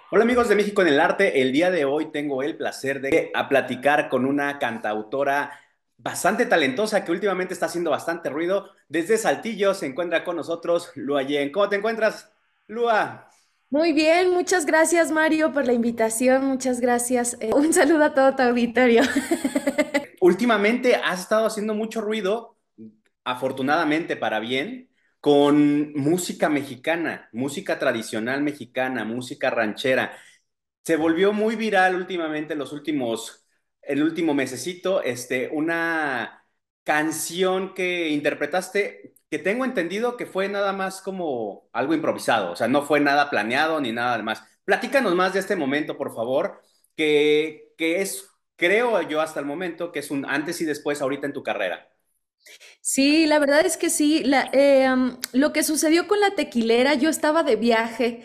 Hola amigos de México en el Arte, el día de hoy tengo el placer de platicar con una cantautora bastante talentosa que últimamente está haciendo bastante ruido. Desde Saltillo se encuentra con nosotros Lua Yen. ¿Cómo te encuentras, Lua? Muy bien, muchas gracias Mario por la invitación, muchas gracias. Un saludo a todo tu auditorio. Últimamente has estado haciendo mucho ruido, afortunadamente para bien, con música mexicana, música tradicional mexicana, música ranchera. Se volvió muy viral últimamente, el último mesecito, una canción que interpretaste, que tengo entendido que fue nada más como algo improvisado, o sea, no fue nada planeado ni nada más. Platícanos más de este momento, por favor, que es, creo yo hasta el momento, que es un antes y después ahorita en tu carrera. Sí, la verdad es que sí. Lo que sucedió con la tequilera, yo estaba de viaje,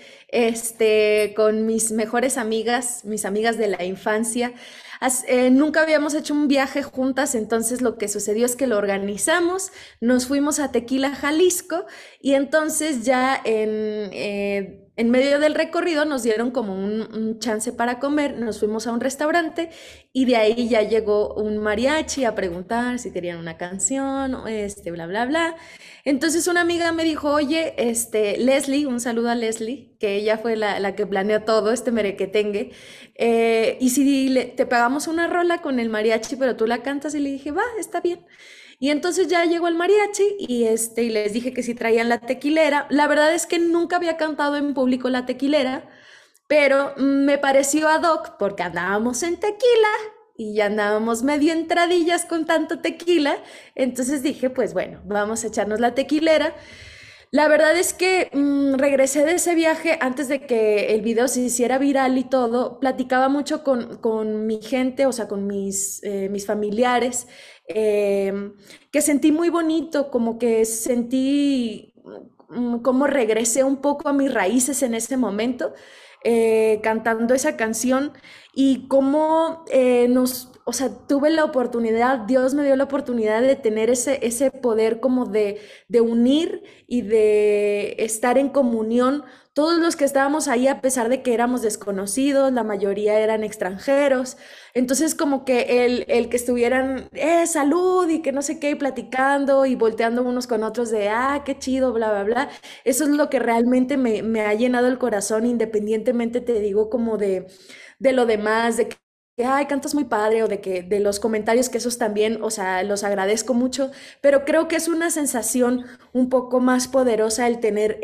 con mis mejores amigas, mis amigas de la infancia. Nunca habíamos hecho un viaje juntas, entonces lo que sucedió es que lo organizamos, nos fuimos a Tequila, Jalisco, y entonces ya en medio del recorrido nos dieron como un chance para comer, nos fuimos a un restaurante. Y de ahí ya llegó un mariachi a preguntar si querían una canción, o bla, bla, bla. Entonces una amiga me dijo, oye, Leslie, un saludo a Leslie, que ella fue la que planeó todo, este merequetengue, y si te pagamos una rola con el mariachi, pero tú la cantas, y le dije, va, está bien. Y entonces ya llegó el mariachi y les dije que si traían la tequilera. La verdad es que nunca había cantado en público la tequilera, pero me pareció ad hoc porque andábamos en tequila y ya andábamos medio entradillas con tanto tequila. Entonces dije, pues bueno, vamos a echarnos la tequilera. La verdad es que regresé de ese viaje antes de que el video se hiciera viral y todo. Platicaba mucho con mi gente, o sea, con mis familiares, que sentí muy bonito, como que sentí como regresé un poco a mis raíces en ese momento, cantando esa canción y cómo o sea, tuve la oportunidad, Dios me dio la oportunidad de tener ese poder como de unir y de estar en comunión. Todos los que estábamos ahí, a pesar de que éramos desconocidos, la mayoría eran extranjeros. Entonces, como que el que estuvieran, salud y que no sé qué, y platicando y volteando unos con otros de, qué chido, bla, bla, bla. Eso es lo que realmente me ha llenado el corazón, independientemente, te digo, como de lo demás, de que, ay, cantas muy padre, o de que de los comentarios, que esos también, o sea, los agradezco mucho, pero creo que es una sensación un poco más poderosa el tener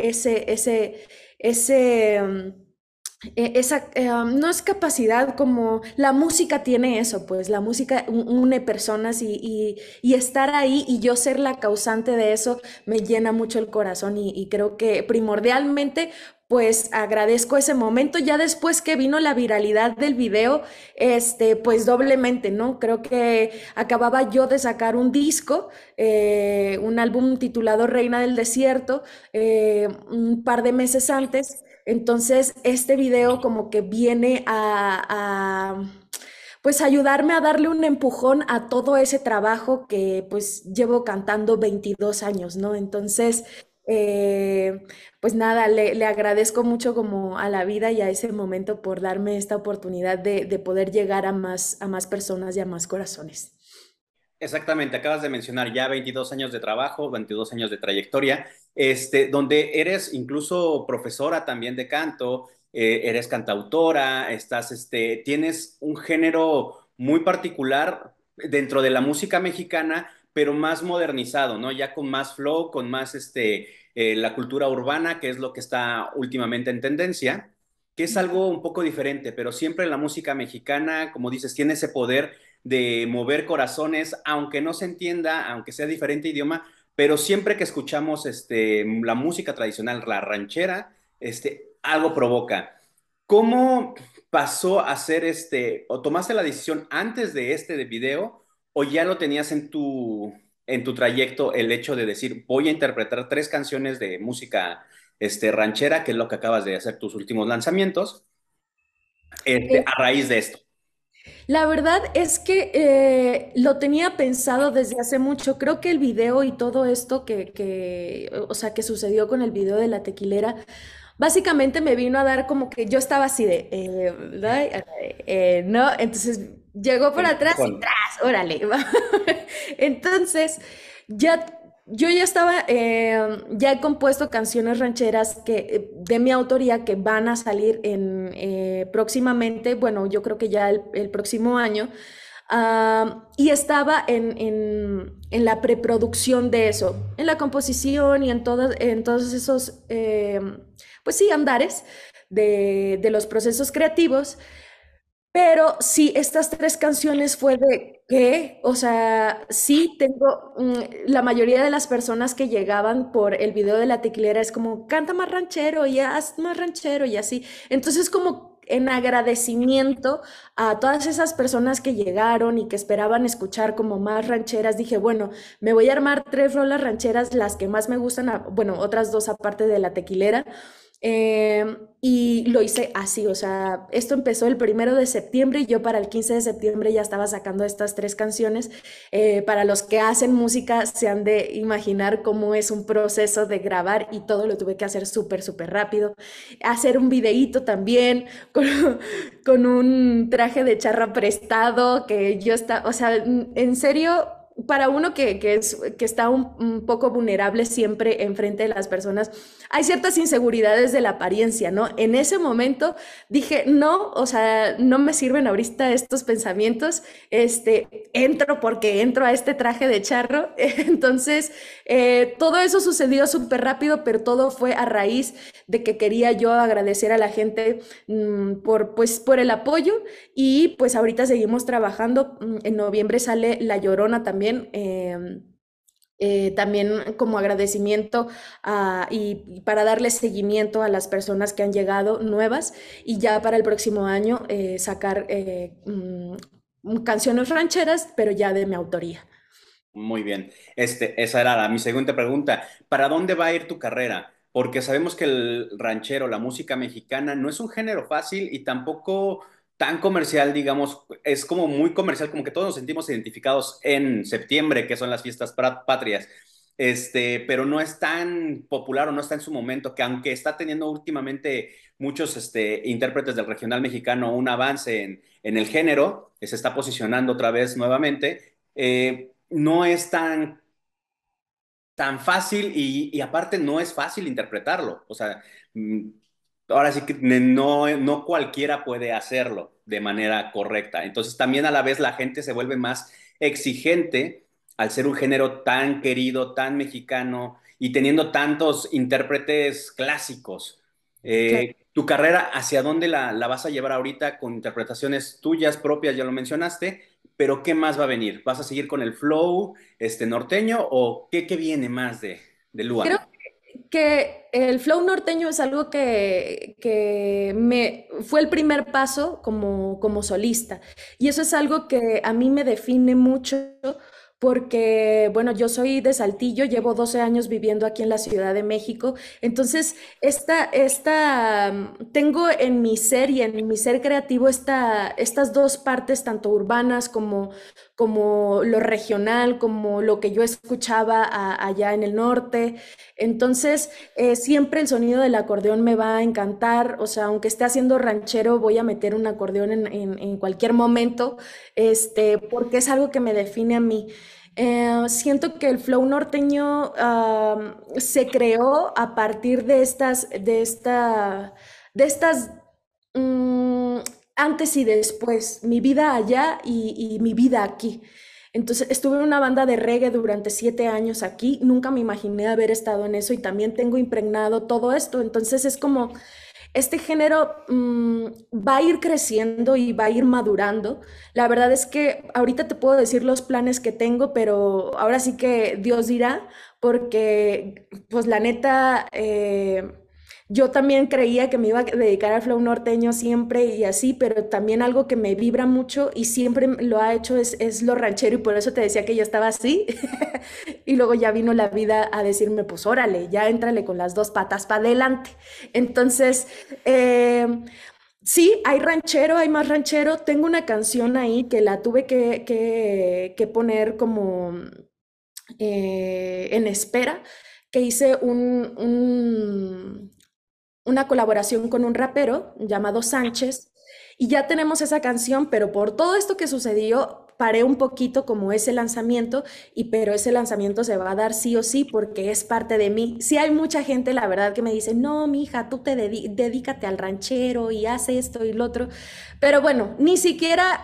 ese, no es capacidad, como la música tiene eso, pues la música une personas y estar ahí y yo ser la causante de eso me llena mucho el corazón y creo que primordialmente pues agradezco ese momento. Ya después que vino la viralidad del video, pues doblemente, ¿no? Creo que acababa yo de sacar un disco, un álbum titulado Reina del Desierto, un par de meses antes. Entonces, este video como que viene pues ayudarme a darle un empujón a todo ese trabajo que pues llevo cantando 22 años, ¿no? Entonces, eh, pues nada, le agradezco mucho como a la vida y a ese momento por darme esta oportunidad de poder llegar a más personas y a más corazones. Exactamente, acabas de mencionar ya 22 años de trabajo, 22 años de trayectoria, donde eres incluso profesora también de canto, eres cantautora, tienes un género muy particular dentro de la música mexicana, pero más modernizado, ¿no? Ya con más flow, con más la cultura urbana, que es lo que está últimamente en tendencia, que es algo un poco diferente, pero siempre la música mexicana, como dices, tiene ese poder de mover corazones, aunque no se entienda, aunque sea diferente idioma, pero siempre que escuchamos la música tradicional, la ranchera, algo provoca. ¿Cómo pasó a ser o tomaste la decisión antes de de video, o ya lo tenías en tu trayecto el hecho de decir, voy a interpretar tres canciones de música ranchera, que es lo que acabas de hacer tus últimos lanzamientos, a raíz de esto? La verdad es que lo tenía pensado desde hace mucho. Creo que el video y todo esto o sea, que sucedió con el video de la tequilera, básicamente me vino a dar como que yo estaba así de, ¿verdad? No, entonces llegó por El atrás y empujón. tras, órale. Entonces, ya, yo ya estaba, ya he compuesto canciones rancheras de mi autoría que van a salir próximamente, bueno, yo creo que ya el próximo año. Y estaba en la preproducción de eso, en la composición y en todos esos, pues sí, andares de los procesos creativos. Pero sí, estas tres canciones fue de que, o sea, sí tengo, la mayoría de las personas que llegaban por el video de la tequilera es como, canta más ranchero y haz más ranchero y así. Entonces, como en agradecimiento a todas esas personas que llegaron y que esperaban escuchar como más rancheras, dije, bueno, me voy a armar tres rolas rancheras, las que más me gustan, bueno, otras dos aparte de la tequilera. Y lo hice así, o sea, esto empezó el 1 de septiembre y yo para el 15 de septiembre ya estaba sacando estas tres canciones. Para los que hacen música se han de imaginar cómo es un proceso de grabar y todo lo tuve que hacer súper, súper rápido. Hacer un videíto también con un traje de charra prestado que yo estaba, o sea, en serio para uno que está un poco vulnerable siempre enfrente de las personas, hay ciertas inseguridades de la apariencia, ¿no? En ese momento dije, no, o sea, no me sirven ahorita estos pensamientos, entro porque entro a este traje de charro, entonces todo eso sucedió súper rápido, pero todo fue a raíz de que quería yo agradecer a la gente pues, por el apoyo y pues ahorita seguimos trabajando. En noviembre sale La Llorona también. También como agradecimiento y para darle seguimiento a las personas que han llegado nuevas y ya para el próximo año sacar canciones rancheras, pero ya de mi autoría. Muy bien. Esa era mi segunda pregunta. ¿Para dónde va a ir tu carrera? Porque sabemos que el ranchero, la música mexicana, no es un género fácil y tampoco tan comercial, digamos, es como muy comercial, como que todos nos sentimos identificados en septiembre, que son las fiestas patrias. Pero no es tan popular o no está en su momento, que aunque está teniendo últimamente muchos intérpretes del regional mexicano un avance en el género, que se está posicionando otra vez nuevamente, no es tan fácil y aparte no es fácil interpretarlo. O sea, mm, ahora sí que no cualquiera puede hacerlo de manera correcta. Entonces también a la vez la gente se vuelve más exigente al ser un género tan querido, tan mexicano y teniendo tantos intérpretes clásicos. Claro. ¿Tu carrera hacia dónde la vas a llevar ahorita con interpretaciones tuyas propias, ya lo mencionaste, pero ¿qué más va a venir? ¿Vas a seguir con el flow norteño o qué viene más de Creo Luan? que el flow norteño es algo que me fue el primer paso como solista. Y eso es algo que a mí me define mucho porque, bueno, yo soy de Saltillo, llevo 12 años viviendo aquí en la Ciudad de México. Entonces, tengo en mi ser y en mi ser creativo estas dos partes, tanto urbanas como lo regional, como lo que yo escuchaba allá en el norte. Entonces, siempre el sonido del acordeón me va a encantar, o sea, aunque esté haciendo ranchero, voy a meter un acordeón en cualquier momento, porque es algo que me define a mí. Siento que el flow norteño se creó a partir de estas mm, antes y después, mi vida allá y mi vida aquí. Entonces, estuve en una banda de reggae durante 7 años aquí, nunca me imaginé haber estado en eso y también tengo impregnado todo esto. Entonces, es como este género va a ir creciendo y va a ir madurando. La verdad es que ahorita te puedo decir los planes que tengo, pero ahora sí que Dios dirá, porque pues la neta, yo también creía que me iba a dedicar al flow norteño siempre y así, pero también algo que me vibra mucho y siempre lo ha hecho es lo ranchero y por eso te decía que yo estaba así. Y luego ya vino la vida a decirme, pues órale, ya éntrale con las dos patas para adelante. Entonces, sí, hay ranchero, hay más ranchero. Tengo una canción ahí que la tuve que poner como en espera, que hice una colaboración con un rapero llamado Sánchez y ya tenemos esa canción, pero por todo esto que sucedió, paré un poquito como ese lanzamiento, pero ese lanzamiento se va a dar sí o sí porque es parte de mí. Sí hay mucha gente, la verdad, que me dice, no, mija, tú dedícate al ranchero y haz esto y lo otro. Pero bueno, ni siquiera,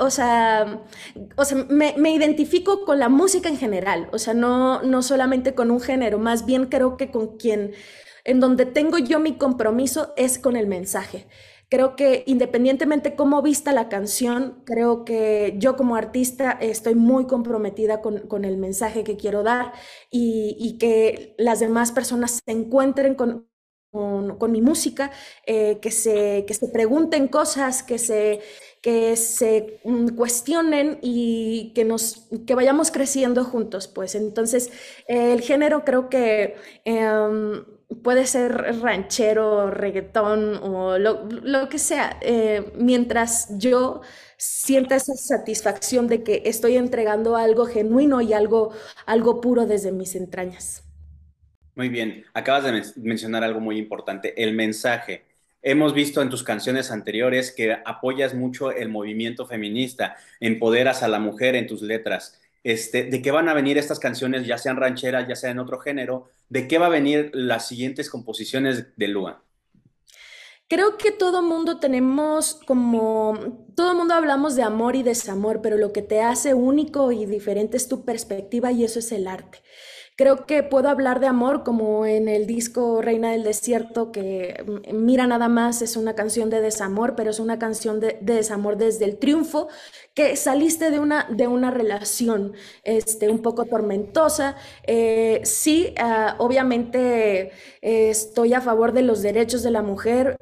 me identifico con la música en general, o sea, no solamente con un género, más bien creo que con quien, en donde tengo yo mi compromiso es con el mensaje. Creo que independientemente cómo vista la canción, creo que yo como artista estoy muy comprometida con el mensaje que quiero dar y que las demás personas se encuentren con mi música, que se pregunten cosas, que se cuestionen y que vayamos creciendo juntos, pues. Entonces, el género creo que puede ser ranchero, reggaetón o lo que sea, mientras yo sienta esa satisfacción de que estoy entregando algo genuino y algo puro desde mis entrañas. Muy bien, acabas de mencionar algo muy importante, el mensaje. Hemos visto en tus canciones anteriores que apoyas mucho el movimiento feminista, empoderas a la mujer en tus letras. ¿De qué van a venir estas canciones, ya sean rancheras, ya sea en otro género? ¿De qué va a venir las siguientes composiciones de Lua? Creo que todo mundo tenemos todo mundo hablamos de amor y desamor, pero lo que te hace único y diferente es tu perspectiva y eso es el arte. Creo que puedo hablar de amor como en el disco Reina del Desierto, que mira nada más, es una canción de desamor, pero es una canción de desamor desde el triunfo, que saliste de una relación un poco tormentosa. Sí, obviamente estoy a favor de los derechos de la mujer,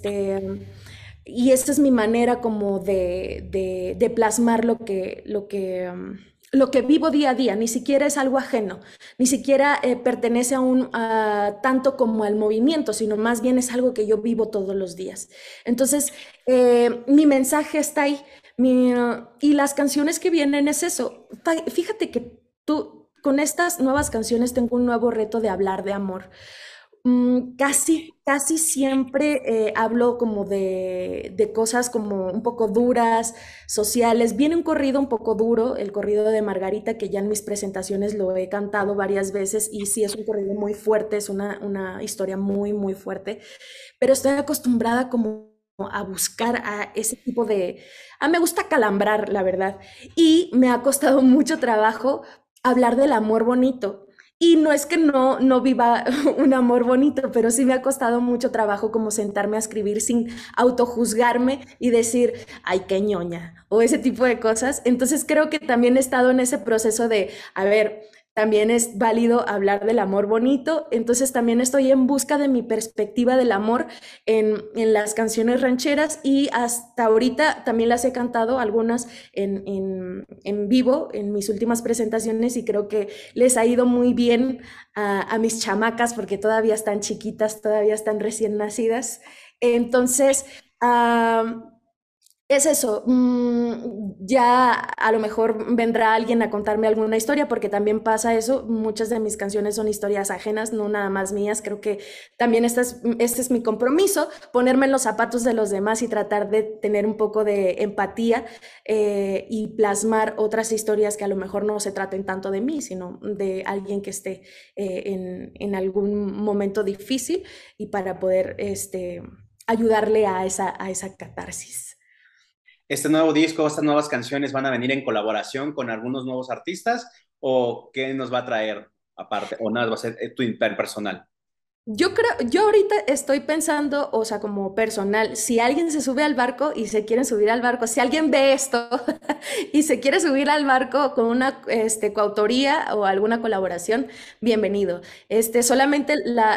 y esa es mi manera como de plasmar lo que vivo día a día, ni siquiera es algo ajeno, ni siquiera pertenece tanto como al movimiento, sino más bien es algo que yo vivo todos los días. Entonces, mi mensaje está ahí, y las canciones que vienen es eso. Fíjate que con estas nuevas canciones tengo un nuevo reto de hablar de amor. Casi siempre hablo como de cosas como un poco duras, sociales. Viene un corrido un poco duro, el corrido de Margarita, que ya en mis presentaciones lo he cantado varias veces y sí es un corrido muy fuerte, es una historia muy, muy fuerte, pero estoy acostumbrada como a buscar a ese tipo de... me gusta calambrar, la verdad, y me ha costado mucho trabajo hablar del amor bonito. Y no es que no viva un amor bonito, pero sí me ha costado mucho trabajo como sentarme a escribir sin autojuzgarme y decir, ay, qué ñoña, o ese tipo de cosas. Entonces creo que también he estado en ese proceso de, a ver, también es válido hablar del amor bonito, entonces también estoy en busca de mi perspectiva del amor en las canciones rancheras y hasta ahorita también las he cantado algunas en vivo en mis últimas presentaciones y creo que les ha ido muy bien a mis chamacas porque todavía están chiquitas, todavía están recién nacidas. Entonces, es eso, ya a lo mejor vendrá alguien a contarme alguna historia, porque también pasa eso, muchas de mis canciones son historias ajenas, no nada más mías, creo que también este es mi compromiso, ponerme en los zapatos de los demás y tratar de tener un poco de empatía y plasmar otras historias que a lo mejor no se traten tanto de mí, sino de alguien que esté en algún momento difícil y para poder ayudarle a esa catarsis. ¿Este nuevo disco, estas nuevas canciones van a venir en colaboración con algunos nuevos artistas o qué nos va a traer aparte? ¿O nada, va a ser tu personal? Yo ahorita estoy pensando, o sea, como personal, si alguien se sube al barco y se quieren subir al barco, si alguien ve esto y se quiere subir al barco con una coautoría o alguna colaboración, bienvenido. Solamente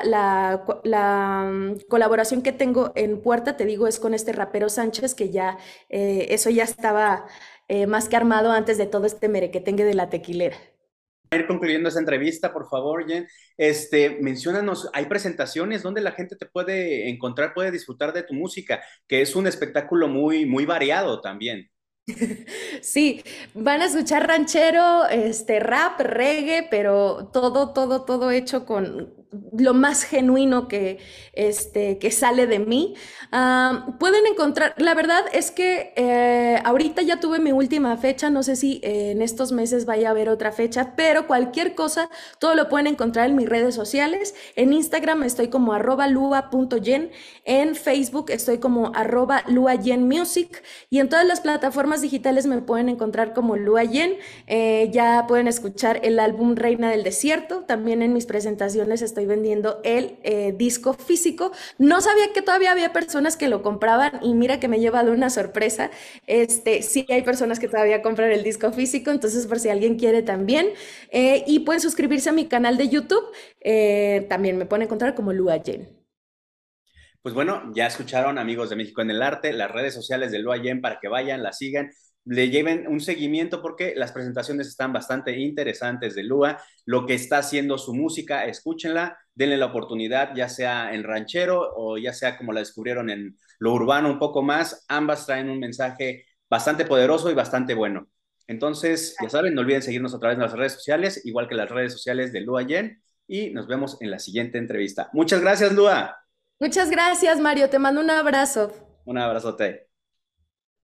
colaboración que tengo en puerta, te digo, es con este rapero Sánchez, que ya eso ya estaba más que armado antes de todo este merequetengue de la tequilera. Ir concluyendo esa entrevista, por favor, Jen. Menciónanos, hay presentaciones donde la gente te puede encontrar, puede disfrutar de tu música, que es un espectáculo muy, muy variado también. Sí, van a escuchar ranchero, rap, reggae, pero todo hecho lo más genuino que sale de mí. Pueden encontrar, la verdad es que ahorita ya tuve mi última fecha, no sé si en estos meses vaya a haber otra fecha, pero cualquier cosa, todo lo pueden encontrar en mis redes sociales. En Instagram estoy como @lua.yen, en Facebook estoy como @luayenmusic y en todas las plataformas digitales me pueden encontrar como Lua Yen. Ya pueden escuchar el álbum Reina del Desierto. También en mis presentaciones estoy vendiendo el disco físico. No sabía que todavía había personas que lo compraban y mira que me he llevado una sorpresa. Sí hay personas que todavía compran el disco físico, entonces por si alguien quiere también. Y pueden suscribirse a mi canal de YouTube. También me pueden encontrar como Lua Yen. Pues bueno, ya escucharon amigos de México en el Arte, las redes sociales de Lua Yen para que vayan, la sigan, le lleven un seguimiento porque las presentaciones están bastante interesantes de Lua, lo que está haciendo su música, escúchenla, denle la oportunidad, ya sea en ranchero o ya sea como la descubrieron en lo urbano un poco más, ambas traen un mensaje bastante poderoso y bastante bueno. Entonces, ya saben, no olviden seguirnos a través de las redes sociales, igual que las redes sociales de Lua Yen, y nos vemos en la siguiente entrevista. Muchas gracias, Lua. Muchas gracias, Mario. Te mando un abrazo. Un abrazote.